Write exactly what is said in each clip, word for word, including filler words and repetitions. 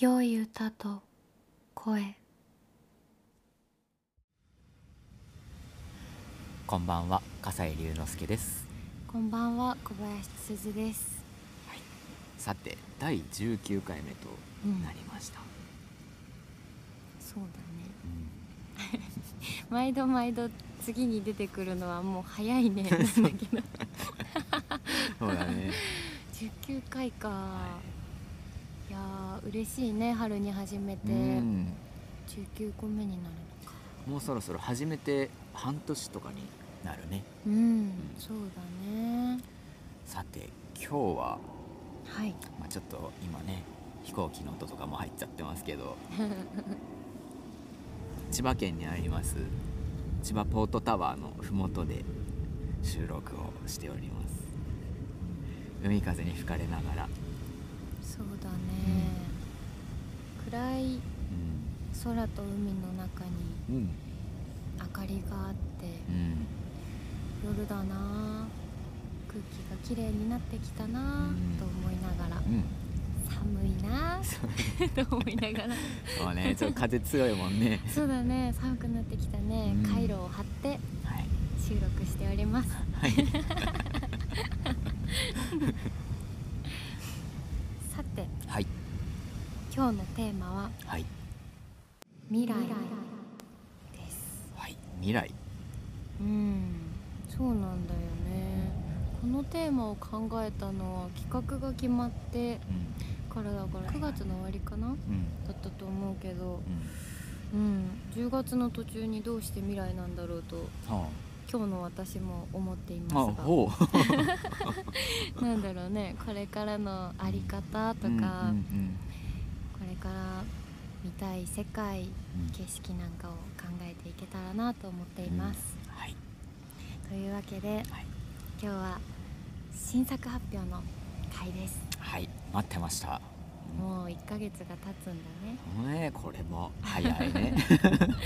良い歌と声。 こんばんは、笠井龍之介です。 こんばんは、小林すずです。 はい、さてだいじゅうきゅうかいめとなりました。うん、 そうだね、うん、毎度毎度次に出てくるのはもう早いねなんだけどそうだねじゅうきゅうかいか、はい、いやー嬉しいね。春に始めてじゅうきゅうこめになるのか。 もうそろそろ始めて半年とかになるね。 うん、うん、そうだね。 さて今日は、 はい、 まあ、ちょっと今ね飛行機の音とかも入っちゃってますけど千葉県にあります千葉ポートタワーのふもとで収録をしております。海風に吹かれながら。 そうだね、うん、暗い空と海の中に明かりがあって、うん、夜だな、空気がきれいになってきたな、うん、と思いながら、うん、寒いなと思いながらそうね、ちょっと風強いもんねそうだね、寒くなってきたね、うん、カイロを張って収録しております、はい、さて、はい、今日のテーマは、はい、未来です。 はい、未来。 うん、そうなんだよね。このテーマを考えたのは企画が決まってからだからくがつの終わりかな、うん、だったと思うけど、うん、うん、じゅうがつの途中にどうして未来なんだろうと、はあ、今日の私も思っていますが、なんだろうね、これからの在り方とか、うんうんうん、これから見たい世界、うん、景色なんかを考えていけたらなと思っています、うん、はい、というわけで、はい、今日は新作発表の回です。 はい、待ってました。 もういっかげつが経つんだね。ね、これも早いね早いね、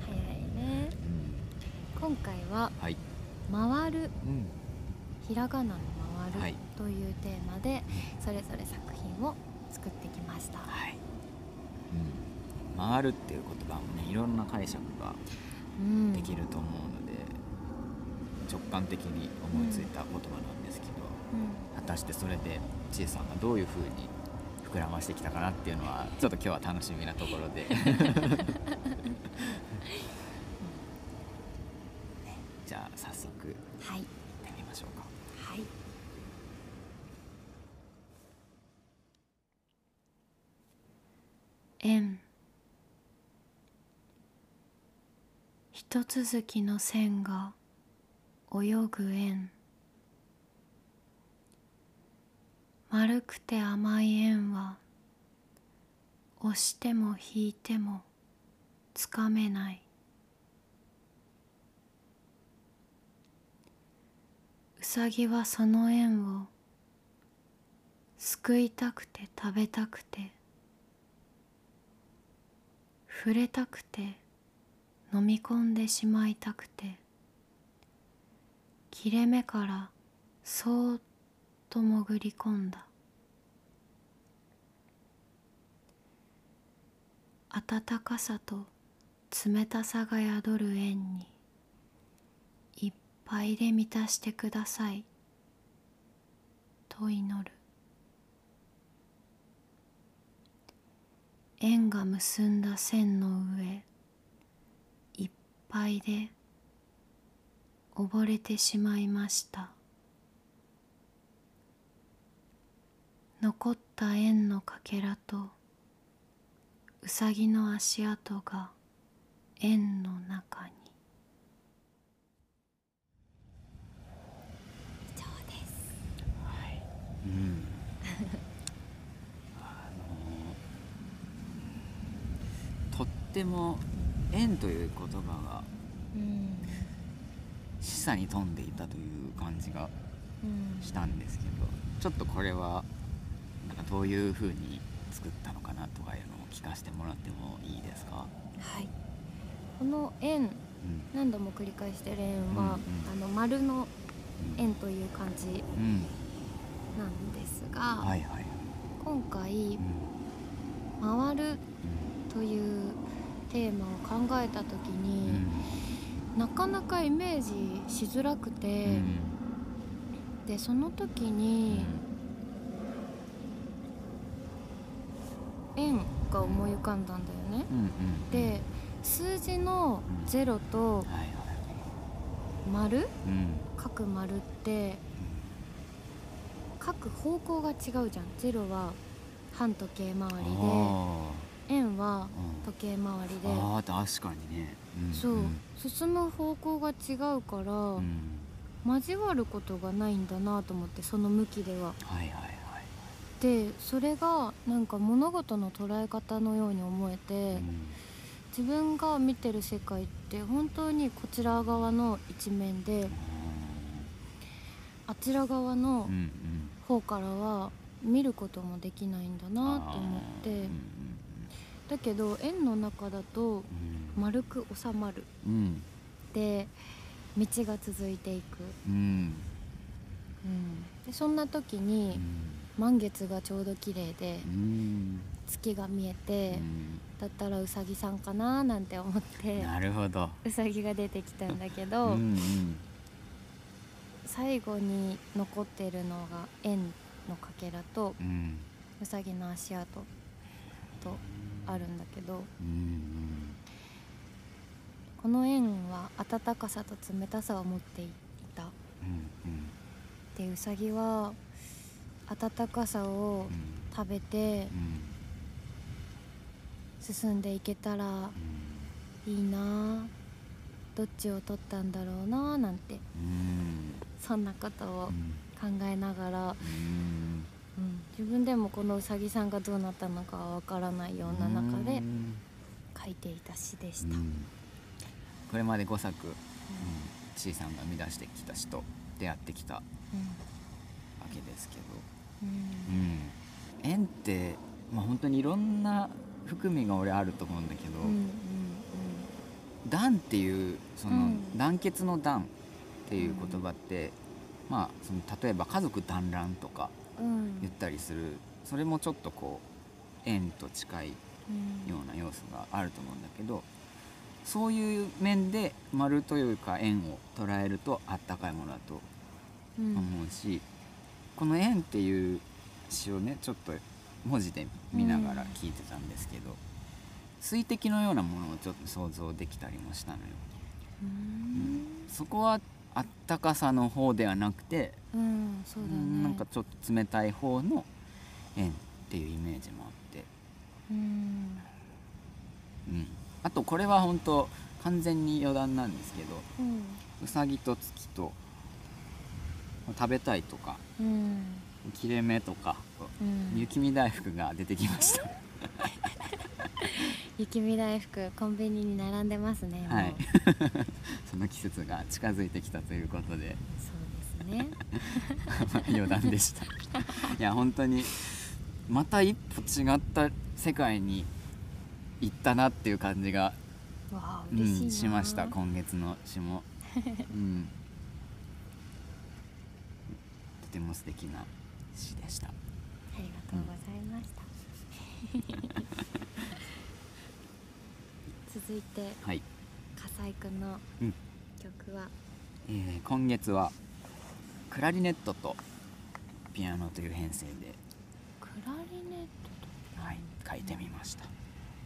うん、今回は、はい、回る、うん、ひらがなの回る、はい、というテーマでそれぞれ作品を作ってきました、はい、 うん、回るっていう言葉もね、いろんな解釈ができると思うので、うん、直感的に思いついた言葉なんですけど、うん、果たしてそれでちえさんがどういう風に膨らましてきたかなっていうのはちょっと今日は楽しみなところで、ね、じゃあ早速行ってみましょうか。はい、 円、一続きの線が泳ぐ円、丸くて甘い円は押しても引いてもつかめない。うさぎはその円をすくいたくて食べたくて触れたくて飲み込んでしまいたくて、切れ目からそーっと潜り込んだ。温かさと冷たさが宿る円にいっぱいで満たしてくださいと祈る。円が結んだ線の上いっぱいで溺れてしまいました。残った円のかけらとうさぎの足跡が円の中に。以上です。 はい、うん、あのとっても円という言葉が示唆に富んでいたという感じがしたんですけど、ちょっとこれはなんかどういう風に作ったのかなとかいうのを聞かせてもらってもいいですか？ はい、この円、うん、何度も繰り返してる円は、うんうん、あの丸の円という感じなんですが、うんはいはい、今回、うん、 回るというテーマを考えた時に、うん、なかなかイメージしづらくて、うん、でその時に、うん、円が思い浮かんだんだよね、うんうんうん、で数字のゼロと丸、うん、書く丸って書く方向が違うじゃん。ゼロは反時計回りで円は時計回りで、 あー確かにね、 うん、そう、うん、進む方向が違うから、うん、交わることがないんだなと思って、その向きでは。はいはいはい。でそれがなんか物事の捉え方のように思えて、うん、自分が見てる世界って本当にこちら側の一面で、うん、あちら側の方からは見ることもできないんだなと思って、うん、だけど円の中だと丸く収まる、うん、で道が続いていく、うんうん、でそんな時に、うん、満月がちょうど綺麗で、うん、月が見えて、うん、だったらうさぎさんかななんて思って、 なるほど、 うさぎが出てきたんだけど、うん、うん、最後に残ってるのが円のかけらと、うん、うさぎの足跡とあるんだけど、うんうん、この円は温かさと冷たさを持っていた、うんうん、でうさぎは温かさを食べて進んでいけたらいいな、どっちを取ったんだろうななんて、うん、そんなことを考えながら、うんうん、自分でもこのうさぎさんがどうなったのかはわからないような中で書いていた詩でした、うん、 これまでごさく、うん、C さんが生み出してきた詩と出会ってきたわけですけど、うんうん、円って、まあ、本当にいろんな含みが俺あると思うんだけど、うんうんうん、団っていうその団結の団っていう言葉って、うん、まあその例えば家族団らんとか言ったりする、うん、それもちょっとこう円と近いような要素があると思うんだけど、そういう面で丸というか円を捉えるとあったかいものだと思うし、うん、この円っていう詩をねちょっと文字で見ながら聞いてたんですけど、うん、水滴のようなものをちょっと想像できたりもしたのよ、うん、そこはあったかさの方ではなくて、うん、そうだね、なんかちょっと冷たい方の円っていうイメージもあって、うんうん、あとこれは本当完全に余談なんですけど、うん、うさぎと月と食べたいとか、うん、切れ目とか、うん、雪見大福が出てきました雪見大福コンビニに並んでますね、もう、はい、 その季節が近づいてきたということで、 そうですね余談でしたいや本当にまた一歩違った世界に行ったなっていう感じが、 わあ、嬉しいな、うん、 しました。今月の詩も、うん、とても素敵な詩でした。ありがとうございました、うん、続いて、はい、笠井くんの曲は、 うん、えー、今月はクラリネットとピアノという編成で、 クラリネットと、 はい、書いてみました。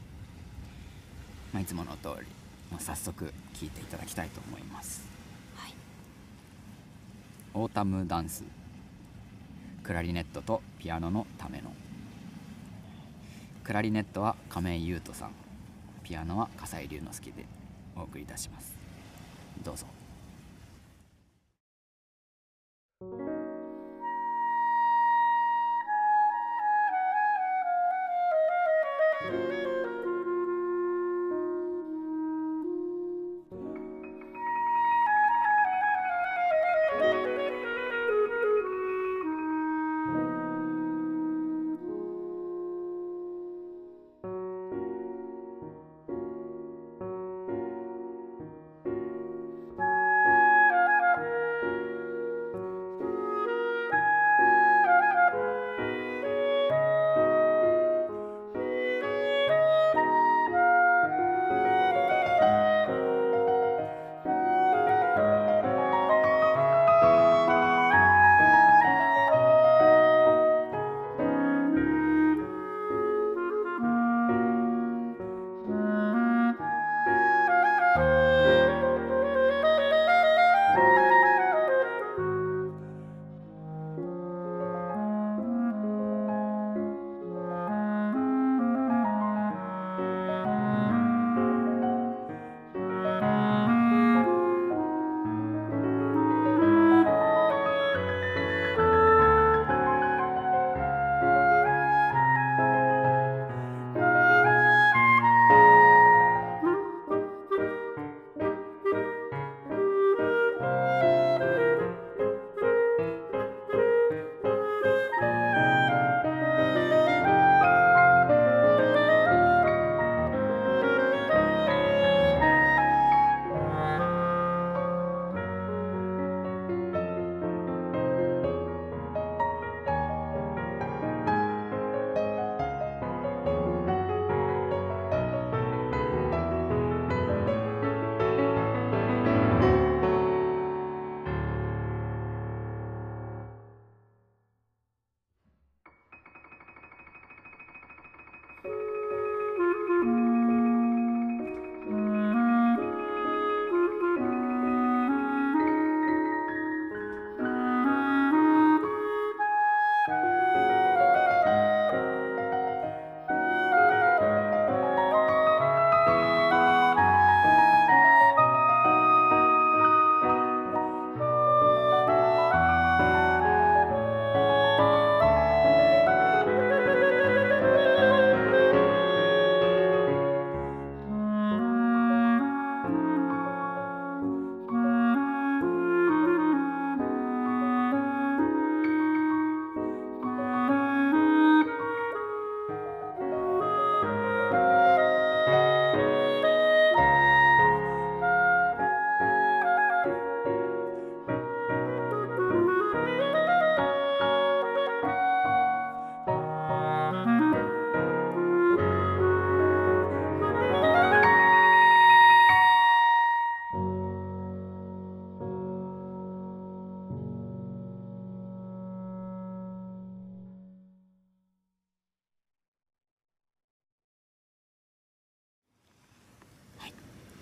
まあ、いつもの通りもう早速聴いていただきたいと思います、はい、オータムダンス、クラリネットとピアノのための。クラリネットは亀井優斗さん、ピアノは笠井龍之介でお送りいたします。どうぞ。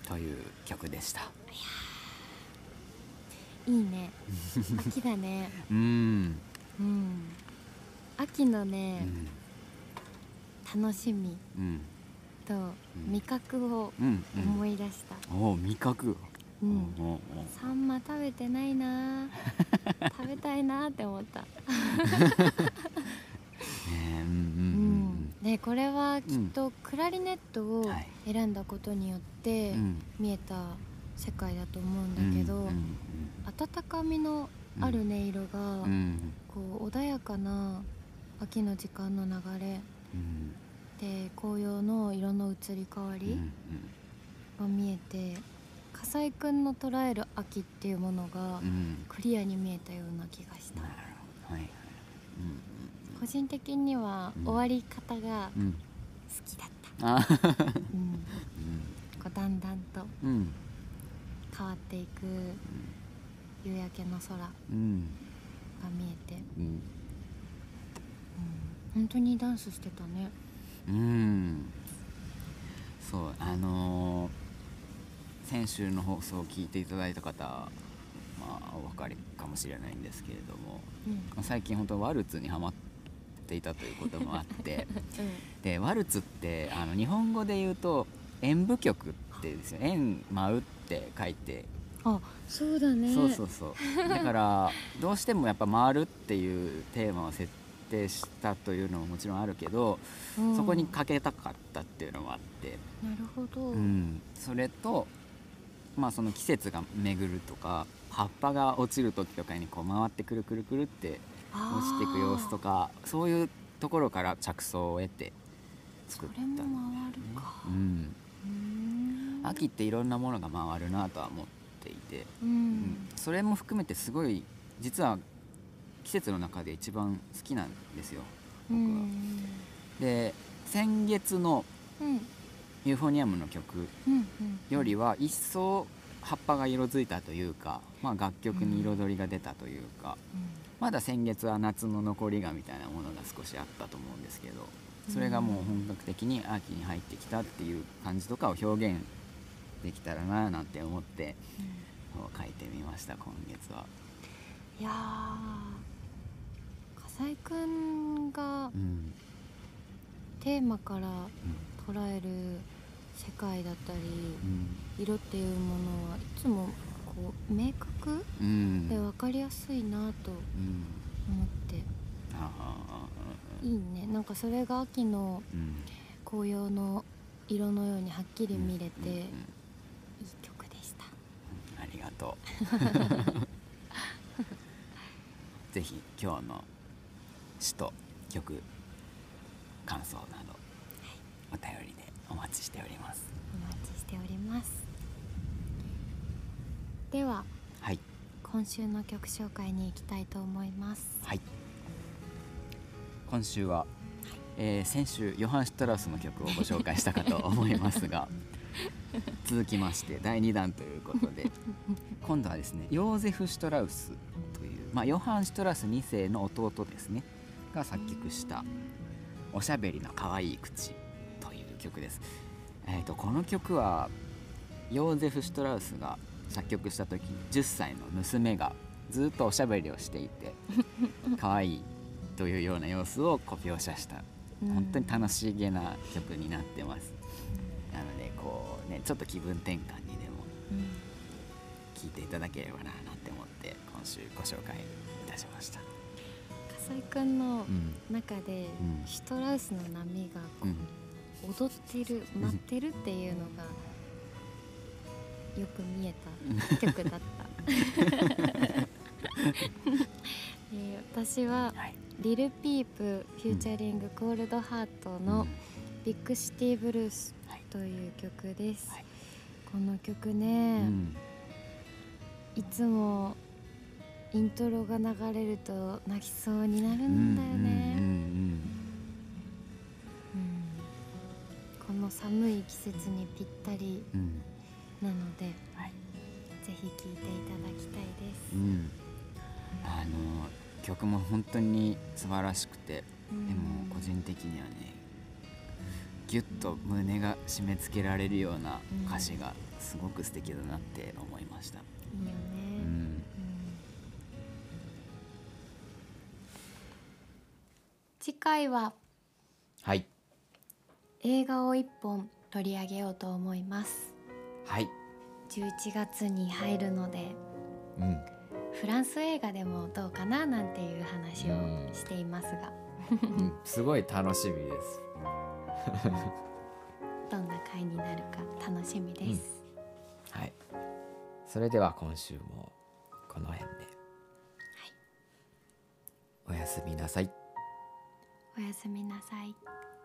という曲でした。 いいね秋だねうん、 うん、秋のね、うん、楽しみと味覚を思い出した、 うんうん、お味覚、 うん、サンマ食べてないな食べたいなって思ったねえ、うんうんうん、 でこれはきっとクラリネットを選んだことによって見えた世界だと思うんだけど、うんうんうん、温かみのある音色が、うん、こう穏やかな秋の時間の流れ、うん、で紅葉の色の移り変わりが見えて、笠井くんの捉える秋っていうものがクリアに見えたような気がした、うん、はいはい、うん、個人的には終わり方が好きだった、うんうん、こうだんだんと変わっていく夕焼けの空が見えて、うんうん、本当にダンスしてたね。 うん、そう、あのー、先週の放送を聞いていただいた方、まあ、お分かりかもしれないんですけれども、うん、最近本当ワルツにハマっていたということもあって、うん、でワルツってあの日本語で言うと演舞曲ってですよ、演舞って書いて、 あ、そうだね、 そうそうそう、だからどうしてもやっぱ回るっていうテーマを設定したというのももちろんあるけど、うん、そこにかけたかったっていうのもあって、 なるほど、 うん、それと、まあ、その季節が巡るとか葉っぱが落ちる時とかにこう回ってくるくるくるって落ちていく様子とか、そういうところから着想を得て作ったんだよね。 それも回るか、 うん、うーん、秋っていろんなものが回るなとは思っていて、うんうん、それも含めてすごい実は季節の中で一番好きなんですよ、僕は。で先月のユーフォニアムの曲よりは一層葉っぱが色づいたというか、まあ、楽曲に彩りが出たというか、うん、まだ先月は夏の残りがみたいなものが少しあったと思うんですけど、それがもう本格的に秋に入ってきたっていう感じとかを表現できたらななんて思って、うん、書いてみました今月は。 いやー、笠井くんがテーマから捉える世界だったり、うん、色っていうものはいつもこう明確、うん、で分かりやすいなと思って、うん、いいね。なんかそれが秋の紅葉の色のようにはっきり見れて、うんうんうん、いい曲でした。 ありがとうぜひ今日の詩と曲感想など、はい、お便りでお待ちしております。 お待ちしております。では、はい、今週の曲紹介に行きたいと思います。 はい、今週は、はい、えー、先週ヨハン・シュトラウスの曲をご紹介したかと思いますが続きましてだいにだんということで今度はですね、ヨーゼフ・シュトラウスという、まあ、ヨハン・シュトラウスにせいの弟ですねが作曲したおしゃべりのかわいい口という曲です。えーと、この曲はヨーゼフ・シュトラウスが作曲した時にじゅっさいの娘がずっとおしゃべりをしていてかわいいというような様子をこう描写した本当に楽しげな曲になってます。なのでこう、ね、ちょっと気分転換にでも聴いていただければななんて思って今週ご紹介いたしました。 笠井くんの中で、うん、シュトラウスの波がこう、うん、踊ってる待ってるっていうのがよく見えた曲だったえー、私は、はい、リルピープフューチャリングコールドハートのビッグシティブルースという曲です、はい、この曲ね、うん、いつもイントロが流れると泣きそうになるんだよね。この寒い季節にぴったりなので、うん、はい、ぜひ聴いていただきたいです、うん、 あの曲も本当に素晴らしくて、うん、でも個人的にはねギュッと胸が締め付けられるような歌詞がすごく素敵だなって思いました。 いいよね、うんうん、次回ははい映画を一本取り上げようと思います。 はいじゅういちがつに入るので、うん、フランス映画でもどうかななんていう話をしていますが、 うん、すごい楽しみですどんな回になるか楽しみです、 うん、はい。それでは今週もこの辺で、はい、 おやすみなさい。 おやすみなさい。